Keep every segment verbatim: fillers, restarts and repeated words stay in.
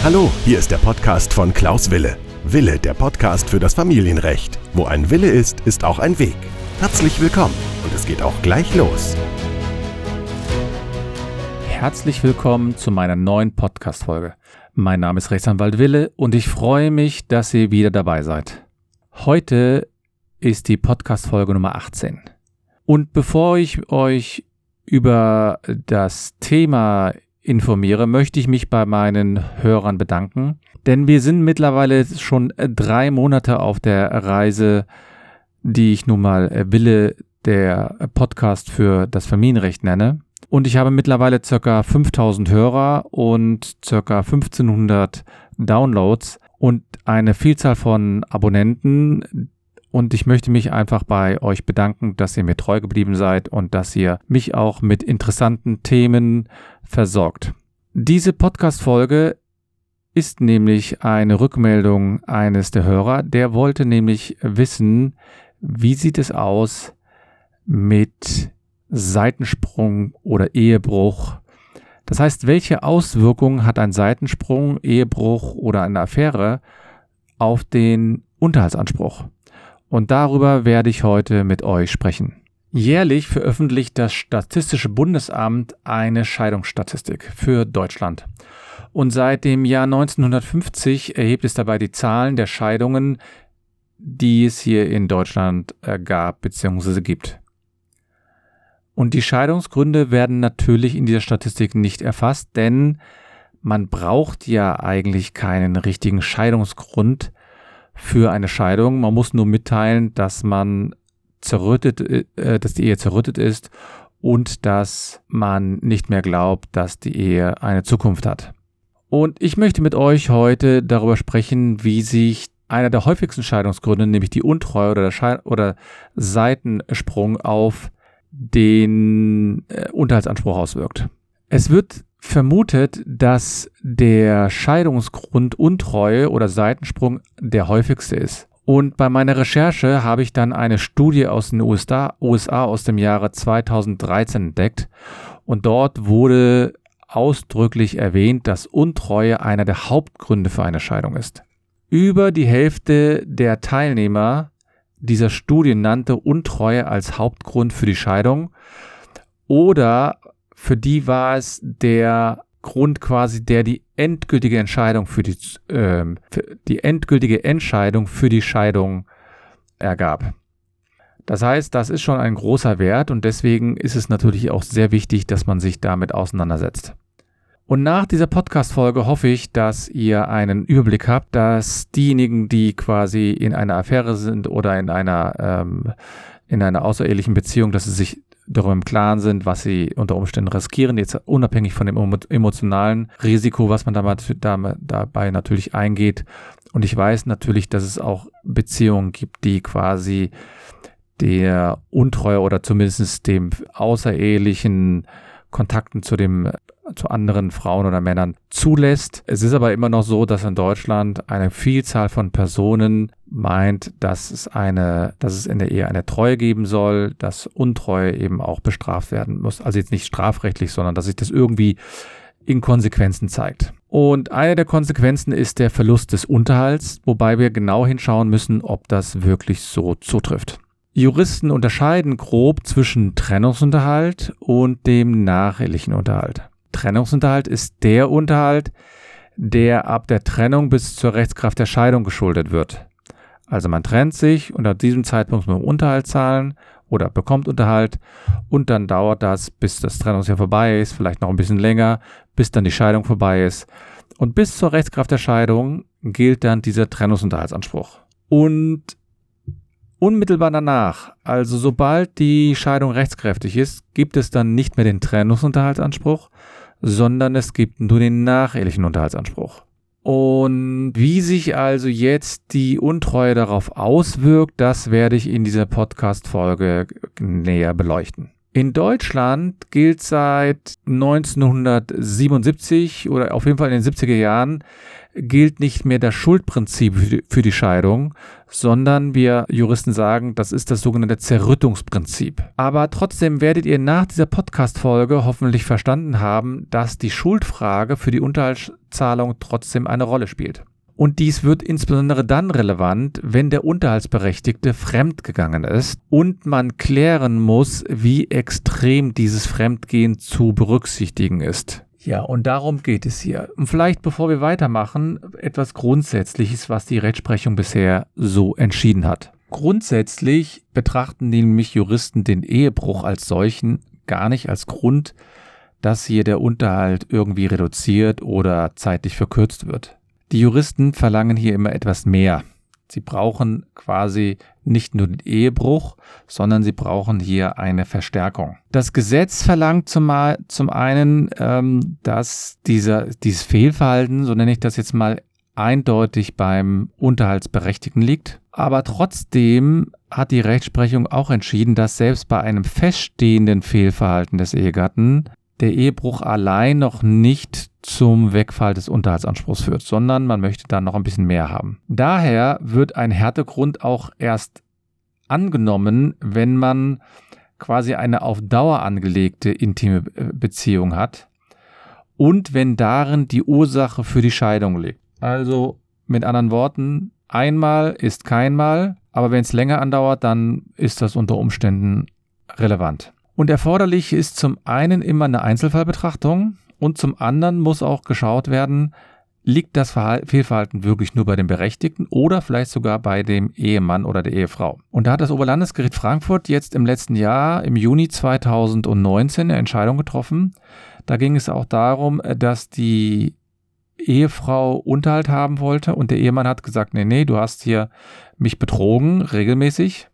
Hallo, hier ist der Podcast von Klaus Wille. Wille, der Podcast für das Familienrecht. Wo ein Wille ist, ist auch ein Weg. Herzlich willkommen und es geht auch gleich los. Herzlich willkommen zu meiner neuen Podcast-Folge. Mein Name ist Rechtsanwalt Wille und ich freue mich, dass ihr wieder dabei seid. Heute ist die Podcast-Folge Nummer achtzehn. Und bevor ich euch über das Thema informiere, möchte ich mich bei meinen Hörern bedanken, denn wir sind mittlerweile schon drei Monate auf der Reise, die ich nun mal Wille, der Podcast für das Familienrecht nenne. Und ich habe mittlerweile ca. fünftausend Hörer und ca. fünfzehnhundert Downloads und eine Vielzahl von Abonnenten. Und ich möchte mich einfach bei euch bedanken, dass ihr mir treu geblieben seid und dass ihr mich auch mit interessanten Themen versorgt. Diese Podcast-Folge ist nämlich eine Rückmeldung eines der Hörer, der wollte nämlich wissen, wie sieht es aus mit Seitensprung oder Ehebruch. Das heißt, welche Auswirkungen hat ein Seitensprung, Ehebruch oder eine Affäre auf den Unterhaltsanspruch? Und darüber werde ich heute mit euch sprechen. Jährlich veröffentlicht das Statistische Bundesamt eine Scheidungsstatistik für Deutschland. Und seit dem Jahr neunzehnhundertfünfzig erhebt es dabei die Zahlen der Scheidungen, die es hier in Deutschland gab bzw. gibt. Und die Scheidungsgründe werden natürlich in dieser Statistik nicht erfasst, denn man braucht ja eigentlich keinen richtigen Scheidungsgrund für eine Scheidung. Man muss nur mitteilen, dass man zerrüttet, äh, dass die Ehe zerrüttet ist und dass man nicht mehr glaubt, dass die Ehe eine Zukunft hat. Und ich möchte mit euch heute darüber sprechen, wie sich einer der häufigsten Scheidungsgründe, nämlich die Untreue oder der Schei- oder Seitensprung auf den äh, Unterhaltsanspruch auswirkt. Es wird vermutet, dass der Scheidungsgrund Untreue oder Seitensprung der häufigste ist. Und bei meiner Recherche habe ich dann eine Studie aus den U S A, U S A aus dem Jahre zweitausenddreizehn entdeckt. Und dort wurde ausdrücklich erwähnt, dass Untreue einer der Hauptgründe für eine Scheidung ist. Über die Hälfte der Teilnehmer dieser Studie nannte Untreue als Hauptgrund für die Scheidung oder für die war es der Grund quasi, der die endgültige Entscheidung für die, äh, für die endgültige Entscheidung für die Scheidung ergab. Das heißt, das ist schon ein großer Wert und deswegen ist es natürlich auch sehr wichtig, dass man sich damit auseinandersetzt. Und nach dieser Podcast-Folge hoffe ich, dass ihr einen Überblick habt, dass diejenigen, die quasi in einer Affäre sind oder in einer, ähm, in einer außerehelichen Beziehung, dass sie sich darüber im Klaren sind, was sie unter Umständen riskieren, jetzt unabhängig von dem emotionalen Risiko, was man dabei natürlich eingeht. Und ich weiß natürlich, dass es auch Beziehungen gibt, die quasi der Untreue oder zumindest dem außerehelichen Kontakten zu dem zu anderen Frauen oder Männern zulässt. Es ist aber immer noch so, dass in Deutschland eine Vielzahl von Personen meint, dass es eine, dass es in der Ehe eine Treue geben soll, dass Untreue eben auch bestraft werden muss. Also jetzt nicht strafrechtlich, sondern dass sich das irgendwie in Konsequenzen zeigt. Und eine der Konsequenzen ist der Verlust des Unterhalts, wobei wir genau hinschauen müssen, ob das wirklich so zutrifft. Juristen unterscheiden grob zwischen Trennungsunterhalt und dem nachehelichen Unterhalt. Trennungsunterhalt ist der Unterhalt, der ab der Trennung bis zur Rechtskraft der Scheidung geschuldet wird. Also man trennt sich und ab diesem Zeitpunkt muss man Unterhalt zahlen oder bekommt Unterhalt und dann dauert das, bis das Trennungsjahr vorbei ist, vielleicht noch ein bisschen länger, bis dann die Scheidung vorbei ist. Und bis zur Rechtskraft der Scheidung gilt dann dieser Trennungsunterhaltsanspruch. Und unmittelbar danach, also sobald die Scheidung rechtskräftig ist, gibt es dann nicht mehr den Trennungsunterhaltsanspruch, sondern es gibt nur den nachehelichen Unterhaltsanspruch. Und wie sich also jetzt die Untreue darauf auswirkt, das werde ich in dieser Podcast-Folge näher beleuchten. In Deutschland gilt seit neunzehnhundertsiebenundsiebzig oder auf jeden Fall in den siebziger Jahren gilt nicht mehr das Schuldprinzip für die, für die Scheidung, sondern wir Juristen sagen, das ist das sogenannte Zerrüttungsprinzip. Aber trotzdem werdet ihr nach dieser Podcast-Folge hoffentlich verstanden haben, dass die Schuldfrage für die Unterhaltszahlung trotzdem eine Rolle spielt. Und dies wird insbesondere dann relevant, wenn der Unterhaltsberechtigte fremdgegangen ist und man klären muss, wie extrem dieses Fremdgehen zu berücksichtigen ist. Ja, und darum geht es hier. Und vielleicht, bevor wir weitermachen, etwas Grundsätzliches, was die Rechtsprechung bisher so entschieden hat. Grundsätzlich betrachten nämlich Juristen den Ehebruch als solchen gar nicht als Grund, dass hier der Unterhalt irgendwie reduziert oder zeitlich verkürzt wird. Die Juristen verlangen hier immer etwas mehr. Sie brauchen quasi nicht nur den Ehebruch, sondern sie brauchen hier eine Verstärkung. Das Gesetz verlangt zumal, zum einen, ähm, dass dieser, dieses Fehlverhalten, so nenne ich das jetzt mal, eindeutig beim Unterhaltsberechtigten liegt. Aber trotzdem hat die Rechtsprechung auch entschieden, dass selbst bei einem feststehenden Fehlverhalten des Ehegatten der Ehebruch allein noch nicht zum Wegfall des Unterhaltsanspruchs führt, sondern man möchte dann noch ein bisschen mehr haben. Daher wird ein Härtegrund auch erst angenommen, wenn man quasi eine auf Dauer angelegte intime Beziehung hat und wenn darin die Ursache für die Scheidung liegt. Also mit anderen Worten, einmal ist keinmal, aber wenn es länger andauert, dann ist das unter Umständen relevant. Und erforderlich ist zum einen immer eine Einzelfallbetrachtung und zum anderen muss auch geschaut werden, liegt das Verhal- Fehlverhalten wirklich nur bei dem Berechtigten oder vielleicht sogar bei dem Ehemann oder der Ehefrau. Und da hat das Oberlandesgericht Frankfurt jetzt im letzten Jahr, im Juni zweitausendneunzehn, eine Entscheidung getroffen. Da ging es auch darum, dass die Ehefrau Unterhalt haben wollte und der Ehemann hat gesagt, nee, nee, du hast hier mich betrogen, regelmäßig.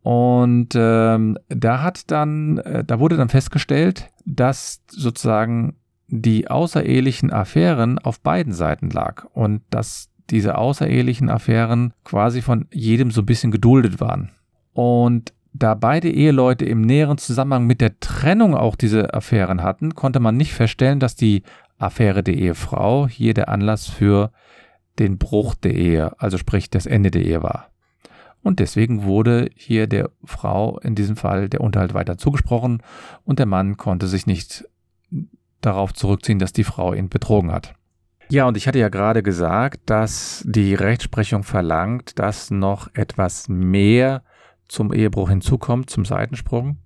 Und ähm, da hat dann, äh, da wurde dann festgestellt, dass sozusagen die außerehelichen Affären auf beiden Seiten lag und dass diese außerehelichen Affären quasi von jedem so ein bisschen geduldet waren. Und da beide Eheleute im näheren Zusammenhang mit der Trennung auch diese Affären hatten, konnte man nicht feststellen, dass die Affäre der Ehefrau hier der Anlass für den Bruch der Ehe, also sprich das Ende der Ehe war. Und deswegen wurde hier der Frau in diesem Fall der Unterhalt weiter zugesprochen und der Mann konnte sich nicht darauf zurückziehen, dass die Frau ihn betrogen hat. Ja, und ich hatte ja gerade gesagt, dass die Rechtsprechung verlangt, dass noch etwas mehr zum Ehebruch hinzukommt, zum Seitensprung.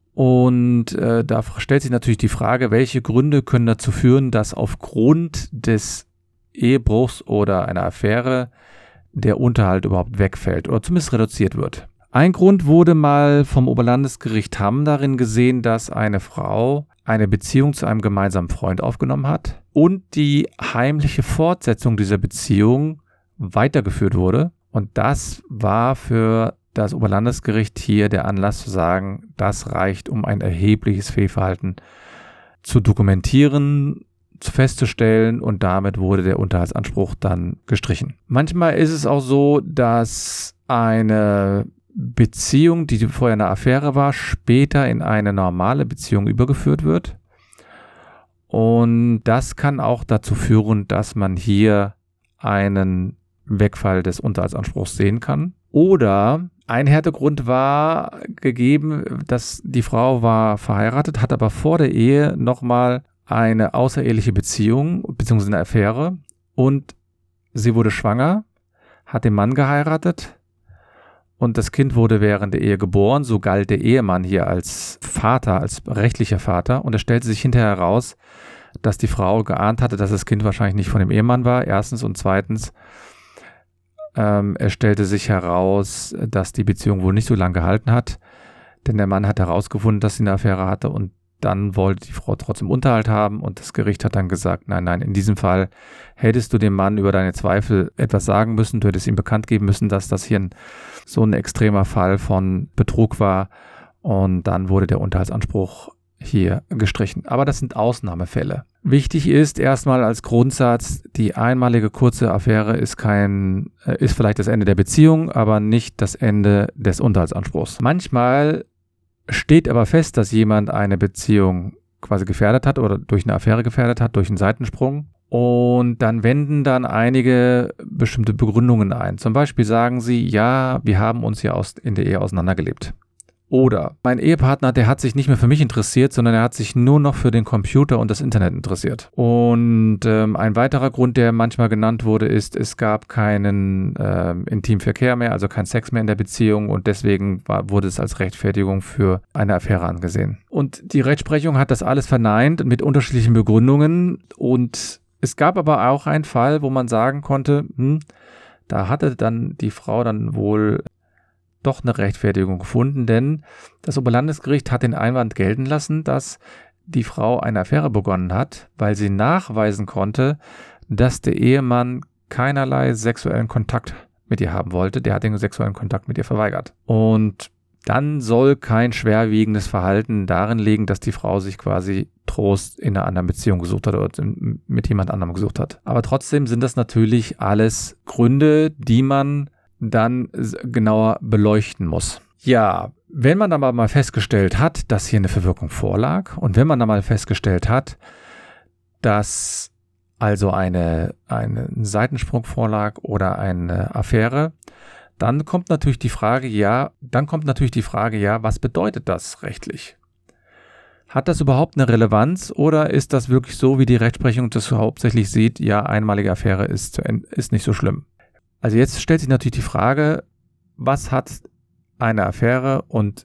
Und äh, da stellt sich natürlich die Frage, welche Gründe können dazu führen, dass aufgrund des Ehebruchs oder einer Affäre der Unterhalt überhaupt wegfällt oder zumindest reduziert wird. Ein Grund wurde mal vom Oberlandesgericht Hamm darin gesehen, dass eine Frau eine Beziehung zu einem gemeinsamen Freund aufgenommen hat und die heimliche Fortsetzung dieser Beziehung weitergeführt wurde. Und das war für das Oberlandesgericht hier der Anlass zu sagen, das reicht, um ein erhebliches Fehlverhalten zu dokumentieren, festzustellen und damit wurde der Unterhaltsanspruch dann gestrichen. Manchmal ist es auch so, dass eine Beziehung, die vorher eine Affäre war, später in eine normale Beziehung übergeführt wird. Und das kann auch dazu führen, dass man hier einen Wegfall des Unterhaltsanspruchs sehen kann. Oder ein Härtegrund war gegeben, dass die Frau war verheiratet, hat aber vor der Ehe nochmal eine außereheliche Beziehung bzw. eine Affäre und sie wurde schwanger, hat den Mann geheiratet und das Kind wurde während der Ehe geboren. So galt der Ehemann hier als Vater, als rechtlicher Vater und es stellte sich hinterher heraus, dass die Frau geahnt hatte, dass das Kind wahrscheinlich nicht von dem Ehemann war, erstens und zweitens ähm, es stellte sich heraus, dass die Beziehung wohl nicht so lange gehalten hat, denn der Mann hat herausgefunden, dass sie eine Affäre hatte und dann wollte die Frau trotzdem Unterhalt haben und das Gericht hat dann gesagt, nein, nein, in diesem Fall hättest du dem Mann über deine Zweifel etwas sagen müssen, du hättest ihm bekannt geben müssen, dass das hier ein, so ein extremer Fall von Betrug war und dann wurde der Unterhaltsanspruch hier gestrichen. Aber das sind Ausnahmefälle. Wichtig ist erstmal als Grundsatz, die einmalige kurze Affäre ist kein, ist vielleicht das Ende der Beziehung, aber nicht das Ende des Unterhaltsanspruchs. Manchmal steht aber fest, dass jemand eine Beziehung quasi gefährdet hat oder durch eine Affäre gefährdet hat, durch einen Seitensprung. Und dann wenden dann einige bestimmte Begründungen ein. Zum Beispiel sagen sie, ja, wir haben uns ja aus, in der Ehe auseinandergelebt. Oder mein Ehepartner, der hat sich nicht mehr für mich interessiert, sondern er hat sich nur noch für den Computer und das Internet interessiert. Und ähm, ein weiterer Grund, der manchmal genannt wurde, ist, es gab keinen äh, Intimverkehr mehr, also kein Sex mehr in der Beziehung und deswegen war, wurde es als Rechtfertigung für eine Affäre angesehen. Und die Rechtsprechung hat das alles verneint mit unterschiedlichen Begründungen und es gab aber auch einen Fall, wo man sagen konnte, hm, da hatte dann die Frau dann wohl doch eine Rechtfertigung gefunden, denn das Oberlandesgericht hat den Einwand gelten lassen, dass die Frau eine Affäre begonnen hat, weil sie nachweisen konnte, dass der Ehemann keinerlei sexuellen Kontakt mit ihr haben wollte. Der hat den sexuellen Kontakt mit ihr verweigert. Und dann soll kein schwerwiegendes Verhalten darin liegen, dass die Frau sich quasi Trost in einer anderen Beziehung gesucht hat oder mit jemand anderem gesucht hat. Aber trotzdem sind das natürlich alles Gründe, die man dann genauer beleuchten muss. Ja, wenn man dann mal festgestellt hat, dass hier eine Verwirkung vorlag und wenn man dann mal festgestellt hat, dass also eine, ein Seitensprung vorlag oder eine Affäre, dann kommt natürlich die Frage, ja, dann kommt natürlich die Frage, ja, was bedeutet das rechtlich? Hat das überhaupt eine Relevanz oder ist das wirklich so, wie die Rechtsprechung das hauptsächlich sieht, ja, einmalige Affäre ist, ist nicht so schlimm? Also jetzt stellt sich natürlich die Frage, was hat eine Affäre und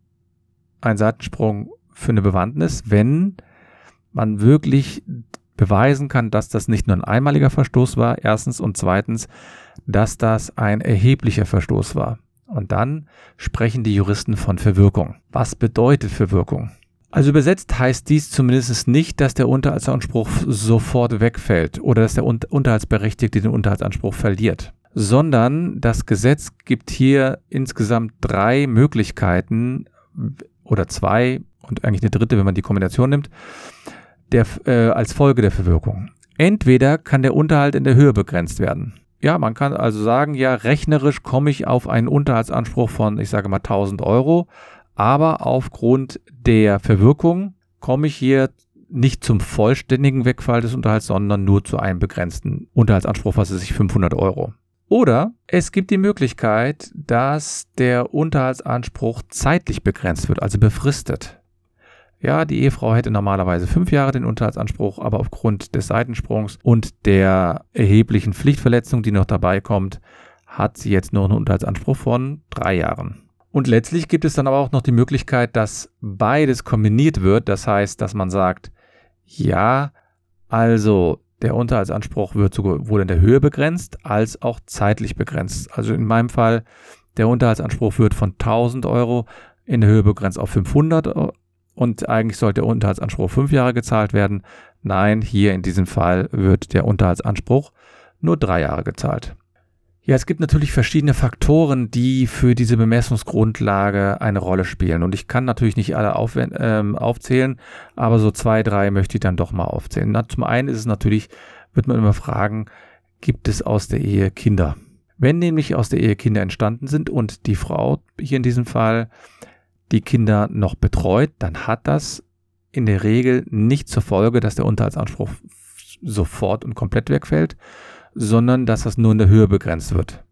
ein Seitensprung für eine Bewandtnis, wenn man wirklich beweisen kann, dass das nicht nur ein einmaliger Verstoß war, erstens, und zweitens, dass das ein erheblicher Verstoß war. Und dann sprechen die Juristen von Verwirkung. Was bedeutet Verwirkung? Also übersetzt heißt dies zumindest nicht, dass der Unterhaltsanspruch sofort wegfällt oder dass der Unterhaltsberechtigte den Unterhaltsanspruch verliert, sondern das Gesetz gibt hier insgesamt drei Möglichkeiten oder zwei und eigentlich eine dritte, wenn man die Kombination nimmt, der, äh, als Folge der Verwirkung. Entweder kann der Unterhalt in der Höhe begrenzt werden. Ja, man kann also sagen, ja, rechnerisch komme ich auf einen Unterhaltsanspruch von, ich sage mal, tausend Euro, aber aufgrund der Verwirkung komme ich hier nicht zum vollständigen Wegfall des Unterhalts, sondern nur zu einem begrenzten Unterhaltsanspruch, was weiß ich, fünfhundert Euro. Oder es gibt die Möglichkeit, dass der Unterhaltsanspruch zeitlich begrenzt wird, also befristet. Ja, die Ehefrau hätte normalerweise fünf Jahre den Unterhaltsanspruch, aber aufgrund des Seitensprungs und der erheblichen Pflichtverletzung, die noch dabei kommt, hat sie jetzt nur einen Unterhaltsanspruch von drei Jahren. Und letztlich gibt es dann aber auch noch die Möglichkeit, dass beides kombiniert wird. Das heißt, dass man sagt, ja, also der Unterhaltsanspruch wird sowohl in der Höhe begrenzt als auch zeitlich begrenzt. Also in meinem Fall, der Unterhaltsanspruch wird von tausend Euro in der Höhe begrenzt auf fünfhundert Euro. Und eigentlich sollte der Unterhaltsanspruch fünf Jahre gezahlt werden. Nein, hier in diesem Fall wird der Unterhaltsanspruch nur drei Jahre gezahlt. Ja, es gibt natürlich verschiedene Faktoren, die für diese Bemessungsgrundlage eine Rolle spielen. Und ich kann natürlich nicht alle auf, ähm, aufzählen, aber so zwei, drei möchte ich dann doch mal aufzählen. Na, zum einen ist es natürlich, wird man immer fragen, gibt es aus der Ehe Kinder? Wenn nämlich aus der Ehe Kinder entstanden sind und die Frau hier in diesem Fall die Kinder noch betreut, dann hat das in der Regel nicht zur Folge, dass der Unterhaltsanspruch sofort und komplett wegfällt, sondern dass das nur in der Höhe begrenzt wird.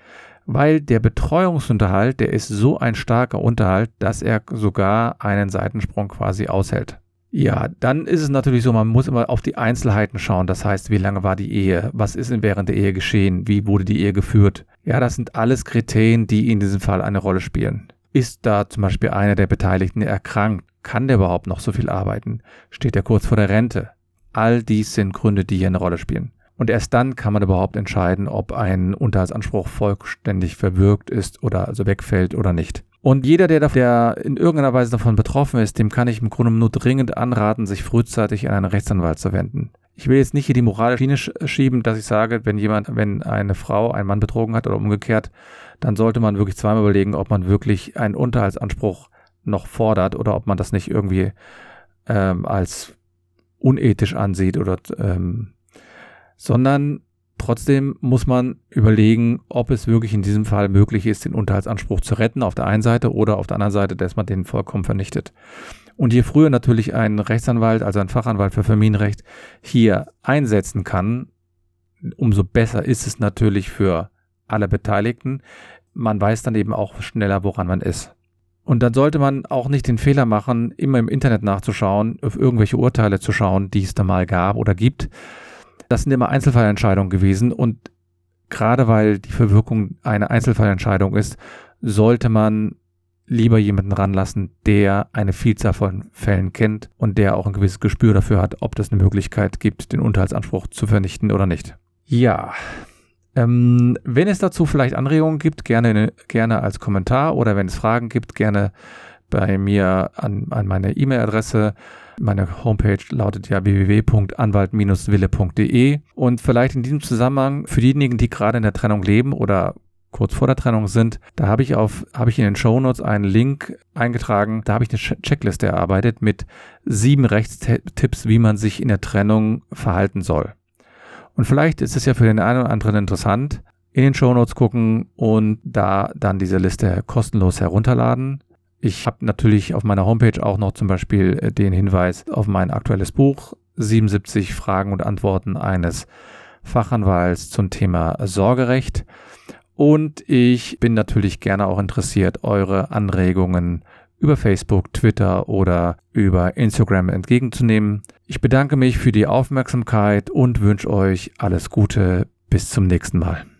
Weil der Betreuungsunterhalt, der ist so ein starker Unterhalt, dass er sogar einen Seitensprung quasi aushält. Ja, dann ist es natürlich so, man muss immer auf die Einzelheiten schauen. Das heißt, wie lange war die Ehe? Was ist während der Ehe geschehen? Wie wurde die Ehe geführt? Ja, das sind alles Kriterien, die in diesem Fall eine Rolle spielen. Ist da zum Beispiel einer der Beteiligten erkrankt? Kann der überhaupt noch so viel arbeiten? Steht er kurz vor der Rente? All dies sind Gründe, die hier eine Rolle spielen. Und erst dann kann man überhaupt entscheiden, ob ein Unterhaltsanspruch vollständig verwirkt ist oder also wegfällt oder nicht. Und jeder, der, der in irgendeiner Weise davon betroffen ist, dem kann ich im Grunde nur dringend anraten, sich frühzeitig an einen Rechtsanwalt zu wenden. Ich will jetzt nicht hier die moralische Schiene schieben, dass ich sage, wenn jemand, wenn eine Frau einen Mann betrogen hat oder umgekehrt, dann sollte man wirklich zweimal überlegen, ob man wirklich einen Unterhaltsanspruch noch fordert oder ob man das nicht irgendwie ähm, als unethisch ansieht oder ähm, sondern trotzdem muss man überlegen, ob es wirklich in diesem Fall möglich ist, den Unterhaltsanspruch zu retten auf der einen Seite oder auf der anderen Seite, dass man den vollkommen vernichtet. Und je früher natürlich ein Rechtsanwalt, also ein Fachanwalt für Familienrecht, hier einsetzen kann, umso besser ist es natürlich für alle Beteiligten. Man weiß dann eben auch schneller, woran man ist. Und dann sollte man auch nicht den Fehler machen, immer im Internet nachzuschauen, auf irgendwelche Urteile zu schauen, die es da mal gab oder gibt. Das sind immer Einzelfallentscheidungen gewesen und gerade weil die Verwirkung eine Einzelfallentscheidung ist, sollte man lieber jemanden ranlassen, der eine Vielzahl von Fällen kennt und der auch ein gewisses Gespür dafür hat, ob das eine Möglichkeit gibt, den Unterhaltsanspruch zu vernichten oder nicht. Ja, ähm, wenn es dazu vielleicht Anregungen gibt, gerne, gerne als Kommentar oder wenn es Fragen gibt, gerne bei mir an, an meine E-Mail-Adresse. Meine Homepage lautet ja w w w punkt anwalt Bindestrich wille punkt d e und vielleicht in diesem Zusammenhang für diejenigen, die gerade in der Trennung leben oder kurz vor der Trennung sind, da habe ich auf habe ich in den Shownotes einen Link eingetragen, da habe ich eine Checkliste erarbeitet mit sieben Rechtstipps, wie man sich in der Trennung verhalten soll. Und vielleicht ist es ja für den einen oder anderen interessant, in den Shownotes gucken und da dann diese Liste kostenlos herunterladen. Ich habe natürlich auf meiner Homepage auch noch zum Beispiel den Hinweis auf mein aktuelles Buch, siebenundsiebzig Fragen und Antworten eines Fachanwalts zum Thema Sorgerecht. Und ich bin natürlich gerne auch interessiert, eure Anregungen über Facebook, Twitter oder über Instagram entgegenzunehmen. Ich bedanke mich für die Aufmerksamkeit und wünsche euch alles Gute. Bis zum nächsten Mal.